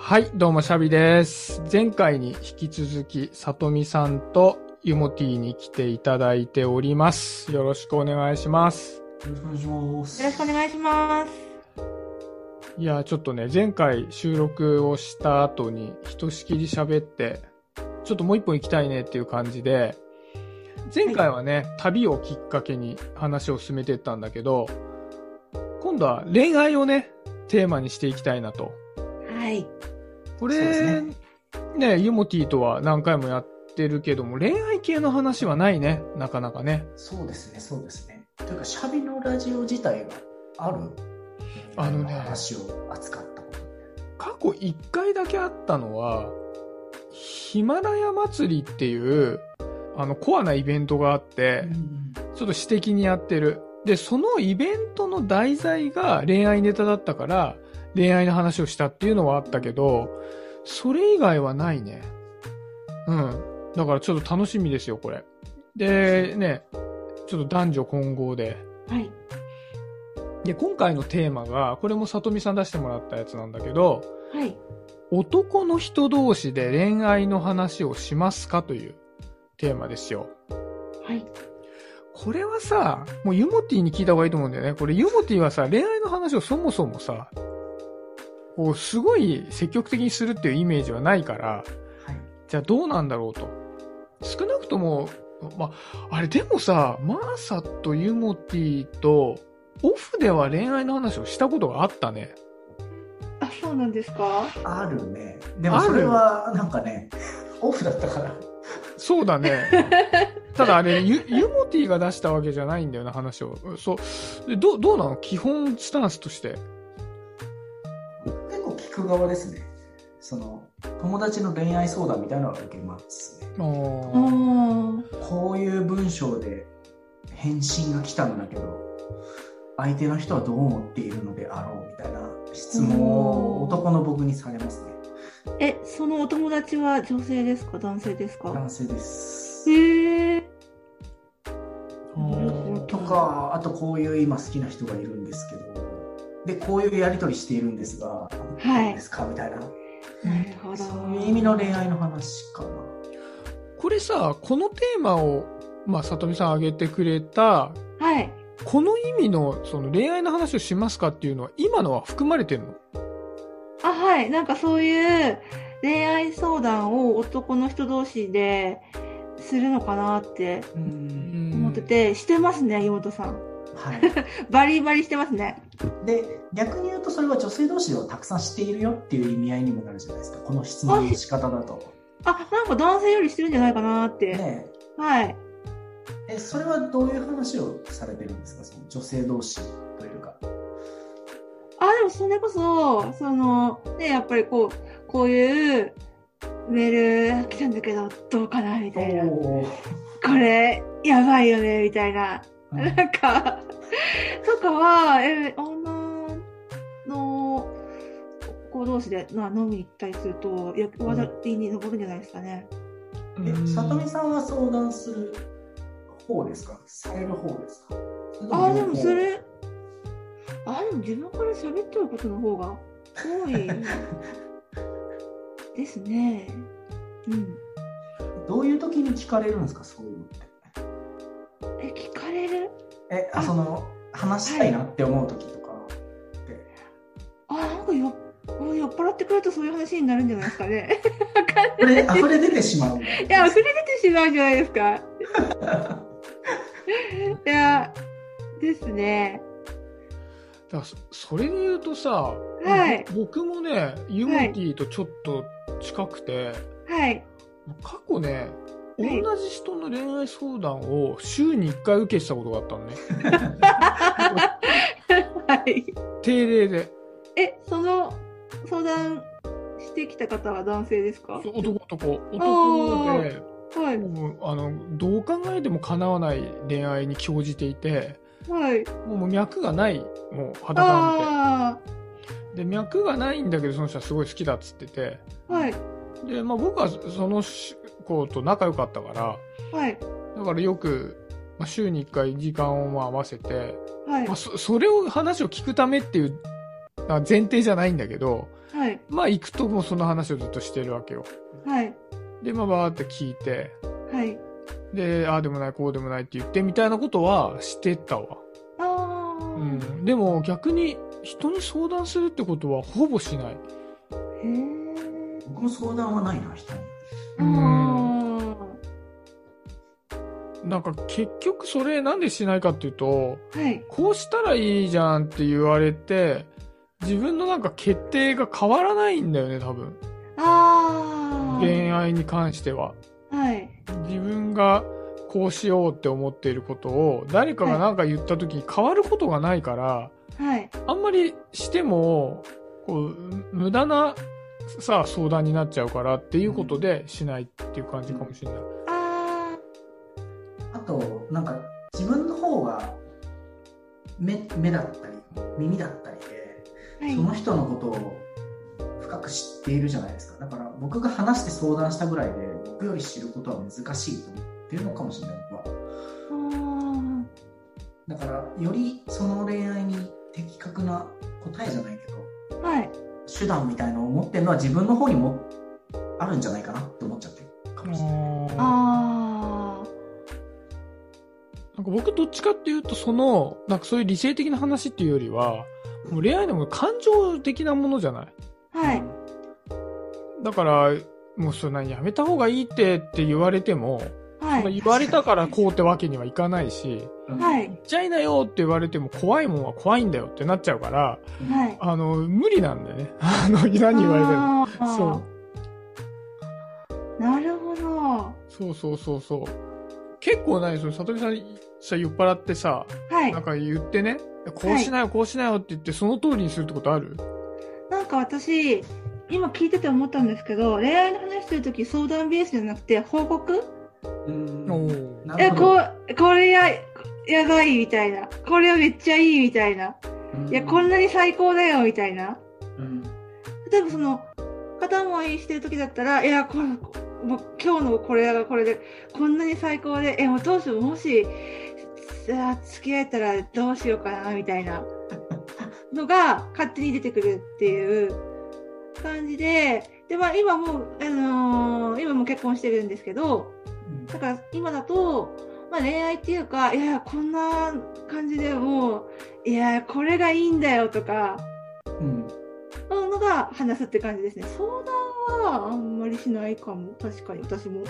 はい、どうもシャビです。前回に引き続き、さとみさんとゆもティに来ていただいております。よろしくお願いします。 よろしくお願いします。 よろしくお願いします。 いや、ちょっとね、前回収録をした後に、ひとしきり喋って、ちょっともう一本行きたいねっていう感じで、前回はね、旅をきっかけに話を進めていったんだけど、今度は恋愛をね、テーマにしていきたいなと。 はい。 これ、ね、ユモティとは何回もやってるけども、恋愛系の話はないね、なかなかね。 そうですね、そうですね。というか、シャビのラジオ自体がある話を扱ったこと。 過去1回だけあったのは、ヒマラヤ祭りっていう、コアなイベントがあって、ちょっと私的にやってる。で、そのイベントの題材が恋愛ネタだったから、恋愛の話をしたっていうのはあったけど、それ以外はないね。うん。だからちょっと楽しみですよ、これ。で、ね、ちょっと男女混合で。 はい。 で、今回のテーマが、これもさとみさん出してもらったやつなんだけど、 はい。 男の人同士で恋愛の話をしますかというテーマですよ。 はい。 これはさ、もうユモティに聞いた方がいいと思うんだよね。これユモティはさ、恋愛の話をそもそもさ、こうすごい積極的にするっていうイメージはないから、 はい、 じゃあどうなんだろうと。少なくとも、あれでもさ、マーサとユモティとオフでは恋愛の話をしたことがあったね。 あ、そうなんですか？ あるね。でもそれはなんかね、オフだったから。 そうだね。ただあれユモティが出したわけじゃないんだよな、話を。そう。どうなの？基本スタンスとして。 結構聞く側ですね。友達の恋愛相談みたいなのは受けますね。こういう文章で返信が来たんだけど、相手の人はどう思っているのであろうみたいな質問を男の僕にされますね。 そのお友達は女性ですか？男性ですか？ 男性です。 へー。 とか、あとこういう今好きな人がいるんですけど、でこういうやり取りしているんですが、どうですかみたいな。 なるほど。 そういう意味の恋愛の話かな。 これさ、このテーマを、さとみさん挙げてくれた、 はい。 この意味の、その恋愛の話をしますかっていうのは、今のは含まれてるの？ はい。なんかそういう恋愛相談を男の人同士でするのかなって思ってて、してますね、妹さん。 はい。 バリバリしてますね。 で、逆に言うとそれは女性同士ではたくさんしているよっていう意味合いにもなるじゃないですか。この質問の仕方だと。 なんか男性よりしてるんじゃないかなって。 ね。 はい。 それはどういう話をされてるんですか？その女性同士というか。 でもそれこそ、やっぱりこういうメール来たんだけど、どうかなみたいな。これ、やばいよねみたいな。なんか、とかは、女の子同士で飲みに行ったりすると、話題に上るんじゃないですかね。 さとみさんは相談する方ですか？される方ですか？ でもそれ、でも自分から喋ってることの方が多いですね。うん。 どういう時に聞かれるんですか？そういうのって。 聞かれる？ 話したいなって思う時とかって。 なんか酔っ払ってくるとそういう話になるんじゃないですかね。 溢れ出てしまう。 いや、溢れ出てしまうんじゃないですか。いや、ですね。 だからそれで言うとさ、 はい、 僕もね、ユモティとちょっと近くて、 はい、 過去ね、同じ人の恋愛相談を週に1回受けてたことがあったのね。 はい。 定例で。 その相談してきた方は男性ですか？ 男で、 はい、 どう考えても叶わない恋愛に興じていて、 はい、 もう脈がない、もう裸見て。で、脈がないんだけど、その人はすごい好きだっつってて、 はい。 で、僕はその子と仲良かったから、 はい。 だからよく、週に1回時間を合わせて、 はい。 それを話を聞くためっていう前提じゃないんだけど、 はい。 まあ行くともうその話をずっとしてるわけよ。 はい。 で、まあバーって聞いて、 はい。 で、ああでもない、こうでもないって言ってみたいなことはしてたわ。 ああ。 うん。でも逆に人に相談するってことはほぼしない。へえ。僕も相談はないな、人に。 なんか結局それなんでしないかっていうと、 はい、 こうしたらいいじゃんって言われて、自分のなんか決定が変わらないんだよね、多分。恋愛に関しては。 はい。 自分がこうしようって思っていることを誰かが何か言った時に変わることがないから、 はい、 あんまりしても、こう、無駄なさ、相談になっちゃうからっていうことでしないっていう感じかもしれない。 あと、なんか自分の方が目だったり耳だったりで、はい、その人のことを深く知っているじゃないですか。だから僕が話して相談したぐらいで僕より知ることは難しいと思っているのかもしれない。僕はだからよりその恋愛に的確な答えじゃないけど、はい、手段みたいなのを持ってるのは自分の方にもあるんじゃないかなって思っちゃってるかもしれない。 なんか僕どっちかっていうとなんかそういう理性的な話っていうよりは、もう恋愛でも感情的なものじゃない。 はい。 だから、もうそんなにやめた方がいいって言われても、はい、そんな言われたからこうってわけにはいかないし、はい。言っちゃいなよって言われても怖いもんは怖いんだよってなっちゃうから、はい。無理なんだよね。何言われても。そう。 なるほど。 そう。結構ないですよ。里見さんさ、酔っ払ってさ、はい。なんか言ってね、こうしなよ、こうしなよって言ってその通りにするってことある？ なんか私、今聞いてて思ったんですけど、恋愛の話するとき相談ベースじゃなくて報告？これやばいみたいな。これはめっちゃいいみたいな。いや、こんなに最高だよみたいな。例えばその、片思いしてるときだったら、いや、もう今日のこれがこれで、こんなに最高で、もうどうしよう、もし、付き合えたらどうしようかな、みたいなのが勝手に出てくるっていう感じで、で、まあ今も今も結婚してるんですけど、だから今だと、まあ恋愛っていうか、いや、こんな感じでもう、いや、これがいいんだよとか、のが話すって感じですね。相談はあんまりしないかも。確かに、私も。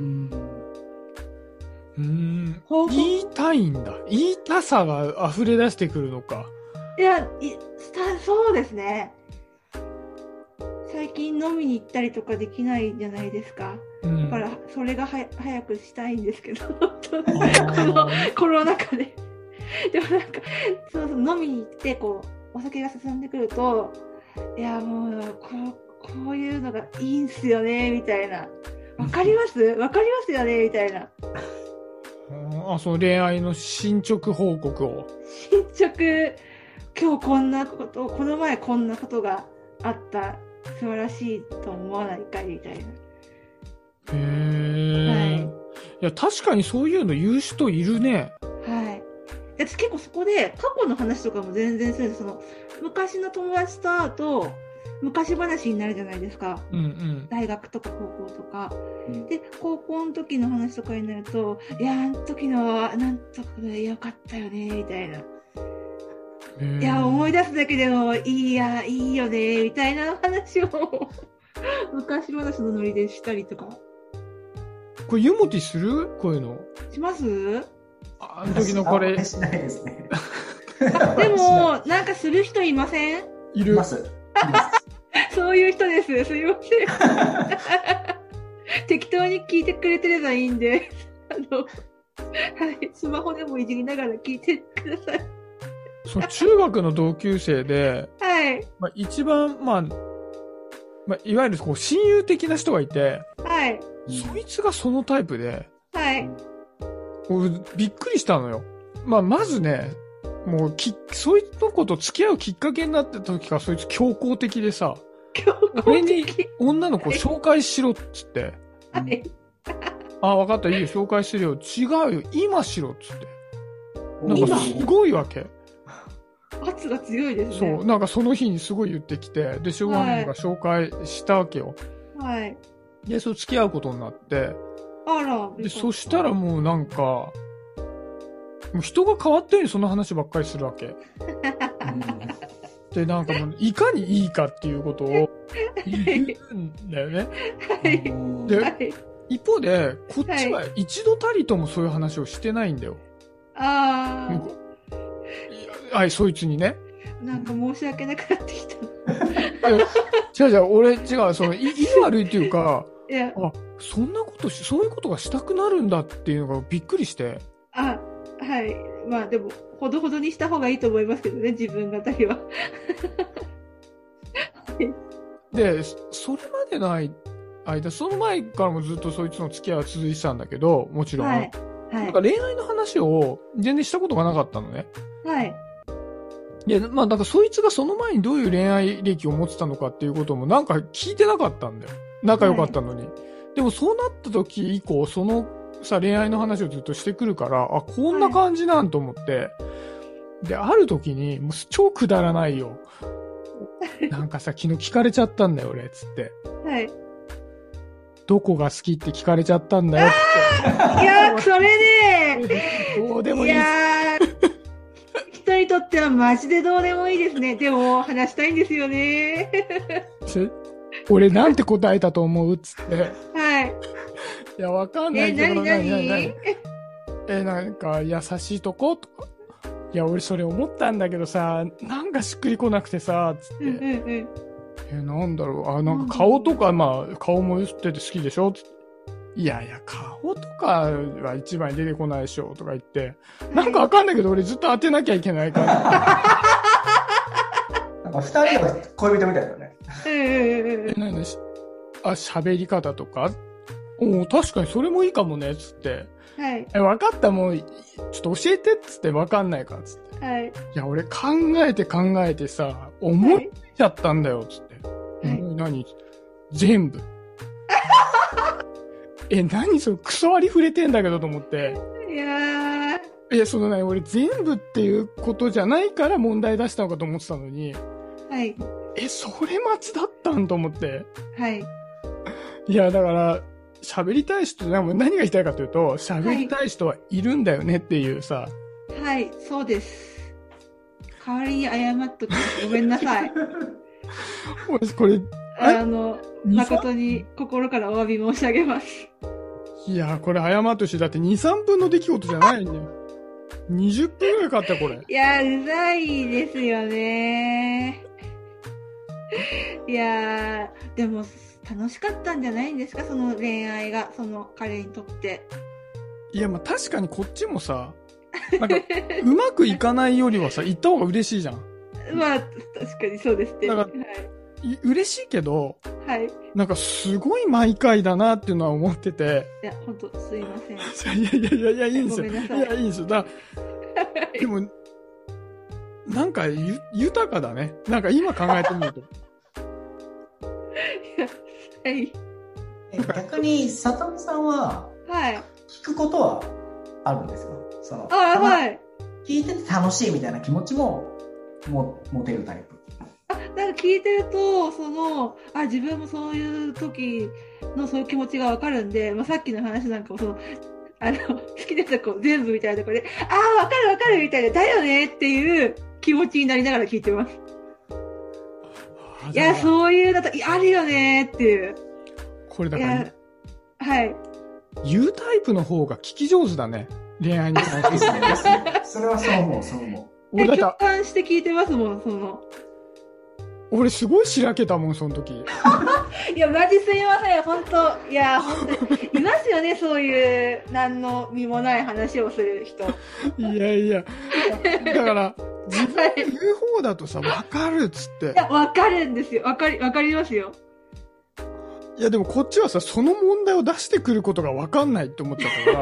言いたいんだ。言いたさが溢れ出してくるのか。 いや、そうですね。最近飲みに行ったりとかできないじゃないですか。だから、それが早くしたいんですけど、このコロナ禍で。でもなんか、そう飲みに行って、こう、お酒が進んでくると、いや、もう、こういうのがいいんすよね、みたいな。わかりますよね、みたいな。 その恋愛の進捗報告を。 今日この前こんなことがあった。素晴らしいと思わないかみたいな。 はい。いや、確かにそういうの言う人いるね。 はい。私結構そこで過去の話とかも全然するんです。昔の友達と会うと、昔話になるじゃないですか。大学とか高校とか。で、高校の時の話とかになると、いや、あの時のはなんとかでよかったよね、みたいな。いや、思い出すだけでもいいよね、みたいな話を昔話のノリでしたりとか。 これユモティする？こういうの。 します？ あの時のこれ。しないですね。 でも、なんかする人いません？ いる。 ます。 そういう人です。すいません。適当に聞いてくれてればいいんで、はい、スマホでもいじりながら聞いてください。 中学の同級生で、 はい。 一番、いわゆるこう親友的な人がいて、 はい。 そいつがそのタイプで、 はい。 びっくりしたのよ。まずね、もうそいつのこと付き合うきっかけになった時からそいつ強硬的でさ、俺に女の子紹介しろっつって。 はい。 分かった、いいよ、紹介するよ。違うよ、今しろっつって。なんかすごいわけ。 圧が強いですそね。 う、なんかその日にすごい言ってきて、で、しょうがないから紹介したわけよ。 はい。 で、そう付き合うことになって、 あら。 で、そしたらもうなんか、もう人が変わったようにその話ばっかりするわけ。で、なんかもう、いかにいいかっていうことを言うんだよね。 はい。 で、 はい、 一方で、こっちは一度たりともそういう話をしてないんだよ。 ああ。はい、そいつにね。 なんか申し訳なくなってきた。 違う、俺違う、その、意地悪いっていうか、 いや、 あ、そんなことそういうことがしたくなるんだっていうのがびっくりして。 あ、はい。まあでも、ほどほどにした方がいいと思いますけどね、自分語りは。 で、それまでの間、その前からもずっとそいつの付き合いは続いてたんだけど、もちろん。 はい。はい。 なんか恋愛の話を全然したことがなかったのね。 はい。 いや、まあ、だからそいつがその前にどういう恋愛歴を持ってたのかっていうこともなんか聞いてなかったんだよ。仲良かったのに。はい、でもそうなった時以降、そのさ、恋愛の話をずっとしてくるから、あ、こんな感じなんと思って、はい、で、ある時に、もう超くだらないよ。なんかさ、昨日聞かれちゃったんだよ、俺、つって。 はい。 どこが好きって聞かれちゃったんだよって。いや、それね、 どうでもいい。 いや人にとってはマジでどうでもいいですね。でも、話したいんですよね。 俺なんて答えたと思うつって。 はい。 いや、わかんないけど。 何なんか、優しいとことか。いや、俺それ思ったんだけどさ、なんかしっくりこなくてさ、つって。なんだろう、あ、なんか顔とか、まあ、顔も言ってて好きでしょつって。いやいや、顔とかは一番に出てこないでしょとか言って、なんかわかんないけど俺ずっと当てなきゃいけないから。 なんか二人は恋人みたいだよね。 喋り方とか確かにそれもいいかもね、つって。 はい。 わかった、もう、ちょっと教えて、つって、わかんないから、つって。 はい。 いや、俺考えてさ、思いちゃったんだよ、つって。はい、何全部。何それ、クソありふれてんだけどと思って。いや、その俺全部っていうことじゃないから問題出したのかと思ってたのに。 はい。 それ待ちだったんと思って。 はい。 いや、だから、喋りたい人、何が言いたいかというと、喋りたい人はいるんだよねっていうさ。 はい、そうです。代わりに謝っとく。ごめんなさい。 これ、 誠に心からお詫び申し上げます。 いや、これ謝っとして、だって2、3分の出来事じゃないんだよ。20分ぐらいかかった、これ。 いや、うざいですよね。いやでも、楽しかったんじゃないんですか、その恋愛が、その彼にとって。 いや、まあ確かにこっちもさ、なんか、うまくいかないよりはさ、行った方が嬉しいじゃん。 まあ、確かにそうですね。 だから、嬉しいけど、 はい。 なんかすごい毎回だなっていうのは思ってて。 いや、ほんと、すいません。 いや、いいんですよ。いや、いいんですよ。でも、なんか豊かだね。なんか今考えてみると。 はい。 逆に、里見さんは、 はい。 聞くことはあるんですか？ はい。 聞いてて楽しいみたいな気持ちも持てるタイプ。 なんか聞いてると、自分もそういう時のそういう気持ちがわかるんで、まあ、さっきの話なんかも好きなとこ全部みたいなところで、わかるみたいな、だよねっていう気持ちになりながら聞いてます。いや、そういうのと、あるよねっていう。 これだから、 はい。 言うタイプの方が聞き上手だね。恋愛に関して。 それはそう思う。 俺共感して聞いてますもん、 俺すごいしらけたもん、その時。 いや、マジすいません、本当いや、本当いますよね、そういう、何の身もない話をする人。 いや。だから、自分で言う方だとさ、わかるっつって。 いや、わかるんですよ。わかりますよ。 いや、でもこっちはさ、その問題を出してくることがわかんないって思っちゃったから。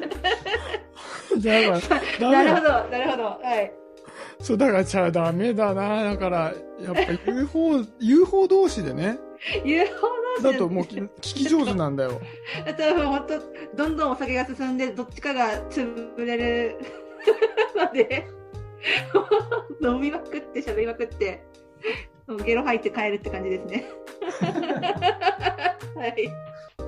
なるほど。はい。 そう、だからダメだな。だから、やっぱ言う方同士でね。 言う方同士だともう聞き上手なんだよ。 あと、本当どんどんお酒が進んで、どっちかが潰れるので、本飲みまくって喋りまくって、ゲロ吐いて帰るって感じですね。はい。